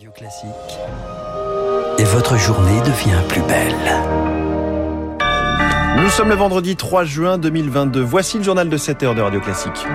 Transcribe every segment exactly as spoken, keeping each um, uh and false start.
Radio Classique. Et votre journée devient plus belle. Nous sommes le vendredi trois juin deux mille vingt-deux. Voici le journal de sept heures de Radio Classique.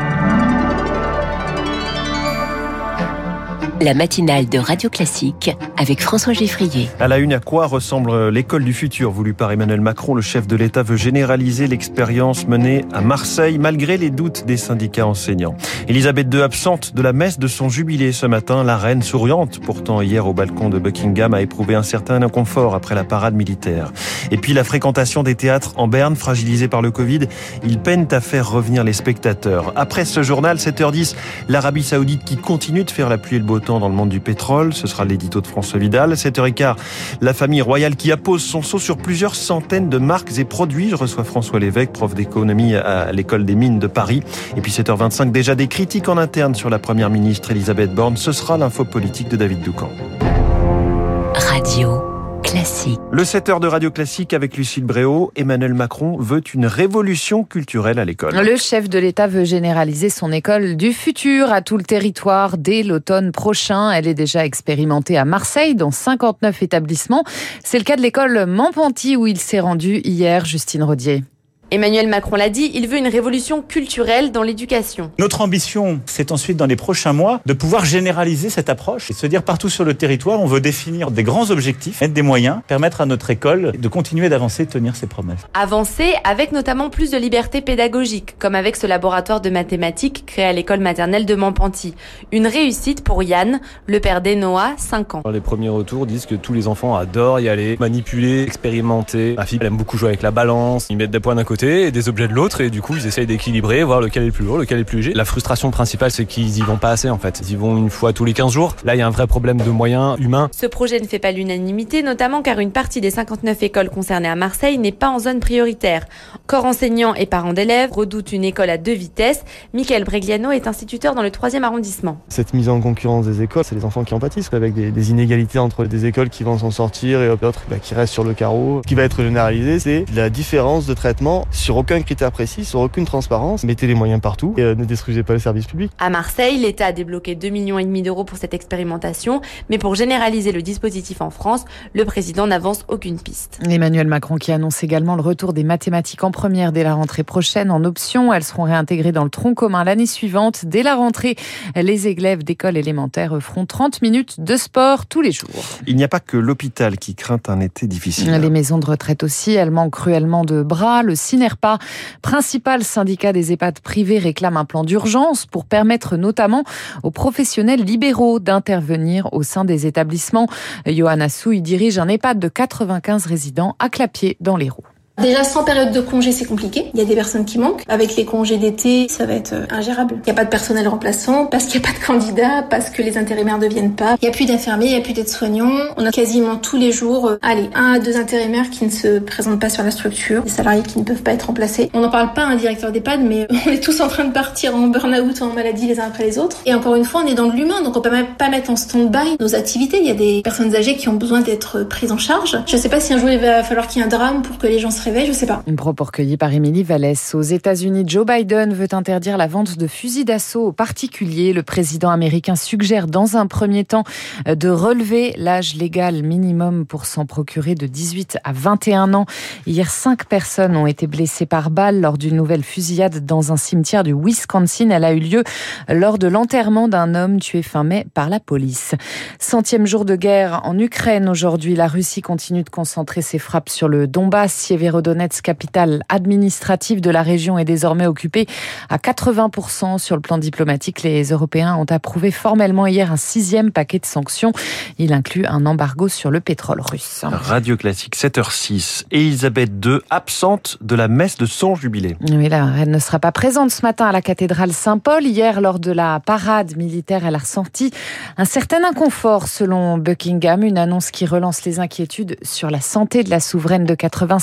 La matinale de Radio Classique avec François Geffrier. À la une, à quoi ressemble l'école du futur voulue par Emmanuel Macron? Le chef de l'État veut généraliser l'expérience menée à Marseille malgré les doutes des syndicats enseignants. Élisabeth deux absente de la messe de son jubilé ce matin. La reine souriante, pourtant hier au balcon de Buckingham, a éprouvé un certain inconfort après la parade militaire. Et puis la fréquentation des théâtres en Berne, fragilisée par le Covid, ils peinent à faire revenir les spectateurs. Après ce journal, sept heures dix, l'Arabie Saoudite qui continue de faire la pluie et le beau temps dans le monde du pétrole. Ce sera l'édito de François Vidal. sept heures quinze, la famille royale qui appose son sceau sur plusieurs centaines de marques et produits. Je reçois François Lévesque, prof d'économie à l'école des mines de Paris. Et puis sept heures vingt-cinq, déjà des critiques en interne sur la première ministre Elisabeth Borne. Ce sera l'info politique de David Doucan. Radio Classique. Le sept heures de Radio Classique avec Lucille Bréau. Emmanuel Macron veut une révolution culturelle à l'école. Le chef de l'État veut généraliser son école du futur à tout le territoire dès l'automne prochain. Elle est déjà expérimentée à Marseille dans cinquante-neuf établissements. C'est le cas de l'école Montpenty où il s'est rendu hier, Justine Rodier. Emmanuel Macron l'a dit, il veut une révolution culturelle dans l'éducation. Notre ambition, c'est ensuite dans les prochains mois de pouvoir généraliser cette approche et se dire partout sur le territoire, on veut définir des grands objectifs, mettre des moyens, permettre à notre école de continuer d'avancer, de tenir ses promesses. Avancer avec notamment plus de liberté pédagogique, comme avec ce laboratoire de mathématiques créé à l'école maternelle de Montpenty. Une réussite pour Yann, le père d'Enoa, cinq ans. Les premiers retours disent que tous les enfants adorent y aller, manipuler, expérimenter. Ma fille, elle aime beaucoup jouer avec la balance, ils mettent des points d'un côté et des objets de l'autre et du coup ils essayent d'équilibrer, voir lequel est le plus lourd, lequel est le plus léger. La frustration principale, c'est qu'ils y vont pas assez en fait. Ils y vont une fois tous les quinze jours. Là il y a un vrai problème de moyens humains. Ce projet ne fait pas l'unanimité, notamment car une partie des cinquante-neuf écoles concernées à Marseille n'est pas en zone prioritaire. Corps enseignants et parents d'élèves redoutent une école à deux vitesses. Michael Bregliano est instituteur dans le troisième arrondissement. Cette mise en concurrence des écoles, c'est les enfants qui en pâtissent, avec des, des inégalités entre des écoles qui vont s'en sortir et d'autres bah, qui restent sur le carreau. Ce qui va être généralisé, c'est la différence de traitement sur aucun critère précis, sur aucune transparence. Mettez les moyens partout et euh, ne détruisez pas le service public. À Marseille, l'État a débloqué deux virgule cinq millions d'euros pour cette expérimentation, mais pour généraliser le dispositif en France, le président n'avance aucune piste. Emmanuel Macron qui annonce également le retour des mathématiques en première dès la rentrée prochaine en option. Elles seront réintégrées dans le tronc commun l'année suivante. Dès la rentrée, les élèves d'école élémentaire feront trente minutes de sport tous les jours. Il n'y a pas que l'hôpital qui craint un été difficile. Les maisons de retraite aussi, elles manquent cruellement de bras. Le Synerpa, principal syndicat des EHPAD privés, réclame un plan d'urgence pour permettre notamment aux professionnels libéraux d'intervenir au sein des établissements. Johanna Souille dirige un EHPAD de quatre-vingt-quinze résidents à Clapier dans l'Hérault. Déjà, sans période de congé, c'est compliqué. Il y a des personnes qui manquent. Avec les congés d'été, ça va être ingérable. Il n'y a pas de personnel remplaçant, parce qu'il n'y a pas de candidats, parce que les intérimaires ne viennent pas. Il n'y a plus d'infirmiers, il n'y a plus d'aides-soignants. On a quasiment tous les jours, euh, allez, un à deux intérimaires qui ne se présentent pas sur la structure, des salariés qui ne peuvent pas être remplacés. On n'en parle pas à un directeur d'EHPAD, mais on est tous en train de partir en burn-out ou en maladie les uns après les autres. Et encore une fois, on est dans de l'humain, donc on peut même pas mettre en stand-by nos activités. Il y a des personnes âgées qui ont besoin d'être prises en charge. Je ne sais pas si un jour il va falloir qu'il y ait un drame pour que les gens se réveillent, je sais pas. Une propos recueillie par Émilie Vallès. Aux États-Unis, Joe Biden veut interdire la vente de fusils d'assaut aux particuliers. Le président américain suggère dans un premier temps de relever l'âge légal minimum pour s'en procurer de dix-huit à vingt et un ans. Hier, cinq personnes ont été blessées par balle lors d'une nouvelle fusillade dans un cimetière du Wisconsin. Elle a eu lieu lors de l'enterrement d'un homme tué fin mai par la police. Centième jour de guerre en Ukraine aujourd'hui. La Russie continue de concentrer ses frappes sur le Donbass. Sieverodonetsk, capitale administrative de la région, est désormais occupée à quatre-vingts pour cent. Sur le plan diplomatique, les Européens ont approuvé formellement hier un sixième paquet de sanctions. Il inclut un embargo sur le pétrole russe. Radio Classique, sept heures six. Élisabeth deux, absente de la messe de son jubilé. Oui, la reine ne sera pas présente ce matin à la cathédrale Saint-Paul. Hier, lors de la parade militaire, elle a ressenti un certain inconfort selon Buckingham. Une annonce qui relance les inquiétudes sur la santé de la souveraine de quatre-vingt-seize ans.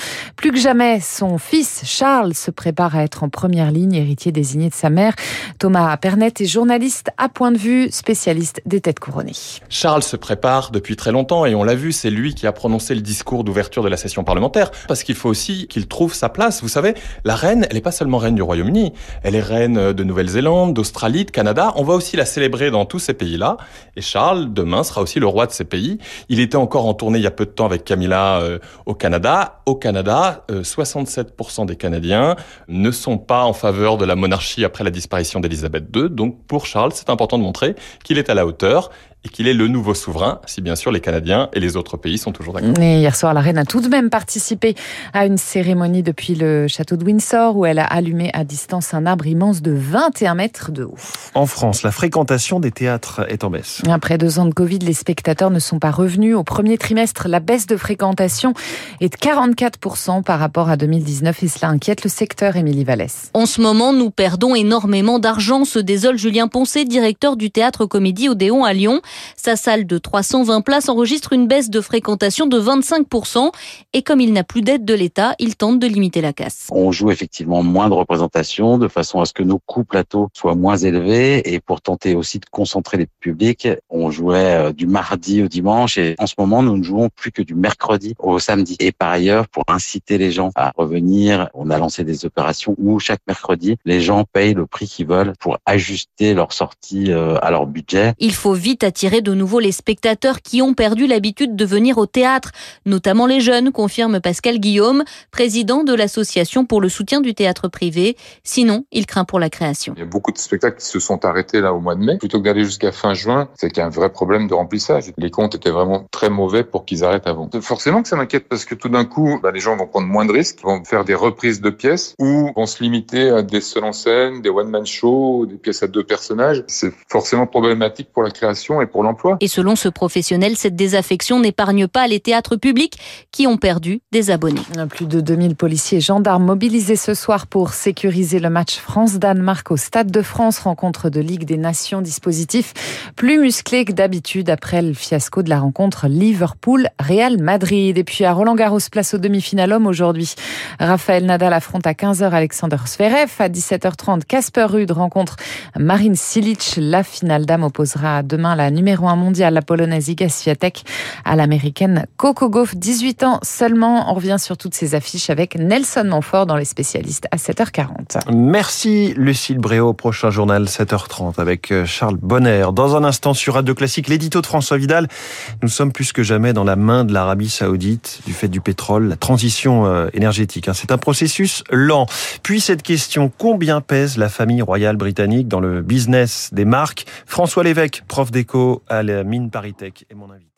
Plus que jamais, son fils Charles se prépare à être en première ligne, héritier désigné de sa mère. Thomas Pernet est journaliste à Point de Vue, spécialiste des têtes couronnées. Charles se prépare depuis très longtemps et on l'a vu, c'est lui qui a prononcé le discours d'ouverture de la session parlementaire parce qu'il faut aussi qu'il trouve sa place. Vous savez, la reine, elle n'est pas seulement reine du Royaume-Uni, elle est reine de Nouvelle-Zélande, d'Australie, de Canada. On va aussi la célébrer dans tous ces pays-là et Charles, demain, sera aussi le roi de ces pays. Il était encore en tournée il y a peu de temps avec Camilla euh, au Canada. Au Canada, euh, soixante-sept pour cent des Canadiens ne sont pas en faveur de la monarchie après la disparition d'Élisabeth deux. Donc pour Charles, c'est important de montrer qu'il est à la hauteur et qu'il est le nouveau souverain, si bien sûr les Canadiens et les autres pays sont toujours d'accord. Et hier soir, la reine a tout de même participé à une cérémonie depuis le château de Windsor où elle a allumé à distance un arbre immense de vingt et un mètres de haut. En France, la fréquentation des théâtres est en baisse. Après deux ans de Covid, les spectateurs ne sont pas revenus. Au premier trimestre, la baisse de fréquentation est de quarante-quatre pour cent par rapport à deux mille dix-neuf et cela inquiète le secteur. Émilie Vallès. En ce moment, nous perdons énormément d'argent, se désole Julien Poncet, directeur du théâtre Comédie Odéon à Lyon. Sa salle de trois cent vingt places enregistre une baisse de fréquentation de vingt-cinq pour cent. Et comme il n'a plus d'aide de l'État, il tente de limiter la casse. On joue effectivement moins de représentations de façon à ce que nos coûts plateaux soient moins élevés. Et pour tenter aussi de concentrer les publics, on jouait du mardi au dimanche. Et en ce moment, nous ne jouons plus que du mercredi au samedi. Et par ailleurs, pour inciter les gens à revenir, on a lancé des opérations où chaque mercredi, les gens payent le prix qu'ils veulent pour ajuster leur sortie à leur budget. Il faut vite attirer de nouveau les spectateurs qui ont perdu l'habitude de venir au théâtre, notamment les jeunes, confirme Pascal Guillaume, président de l'association pour le soutien du théâtre privé. Sinon, il craint pour la création. Il y a beaucoup de spectacles qui se sont arrêtés là au mois de mai. Plutôt que d'aller jusqu'à fin juin, c'est qu'il y a un vrai problème de remplissage. Les comptes étaient vraiment très mauvais pour qu'ils arrêtent avant. Forcément que ça m'inquiète parce que tout d'un coup, bah, les gens vont prendre moins de risques, vont faire des reprises de pièces ou vont se limiter à des seuls en scène, des one-man shows, des pièces à deux personnages. C'est forcément problématique pour la création et pour l'emploi. Et selon ce professionnel, cette désaffection n'épargne pas les théâtres publics qui ont perdu des abonnés. Plus de deux mille policiers et gendarmes mobilisés ce soir pour sécuriser le match France-Danemark au Stade de France, rencontre de Ligue des Nations, dispositif plus musclé que d'habitude après le fiasco de la rencontre Liverpool-Real Madrid. Et puis à Roland-Garros, place aux demi-finales hommes aujourd'hui. Raphaël Nadal affronte à quinze heures Alexander Zverev. À dix-sept heures trente, Casper Ruud rencontre Marin Cilic. La finale dame opposera demain la numéro un mondiale, la polonaise Iga Swiatek, à l'américaine Coco Gauff, dix-huit ans seulement. On revient sur toutes ces affiches avec Nelson Montfort dans Les Spécialistes à sept heures quarante. Merci Lucille Bréau. Prochain journal sept heures trente avec Charles Bonner. Dans un instant sur Radio Classique, l'édito de François Vidal. Nous sommes plus que jamais dans la main de l'Arabie Saoudite du fait du pétrole, la transition énergétique. C'est un processus lent. Puis cette question, combien pèse la famille royale britannique dans le business des marques ? François Lévesque, prof d'éco à la mine ParisTech, est mon invité.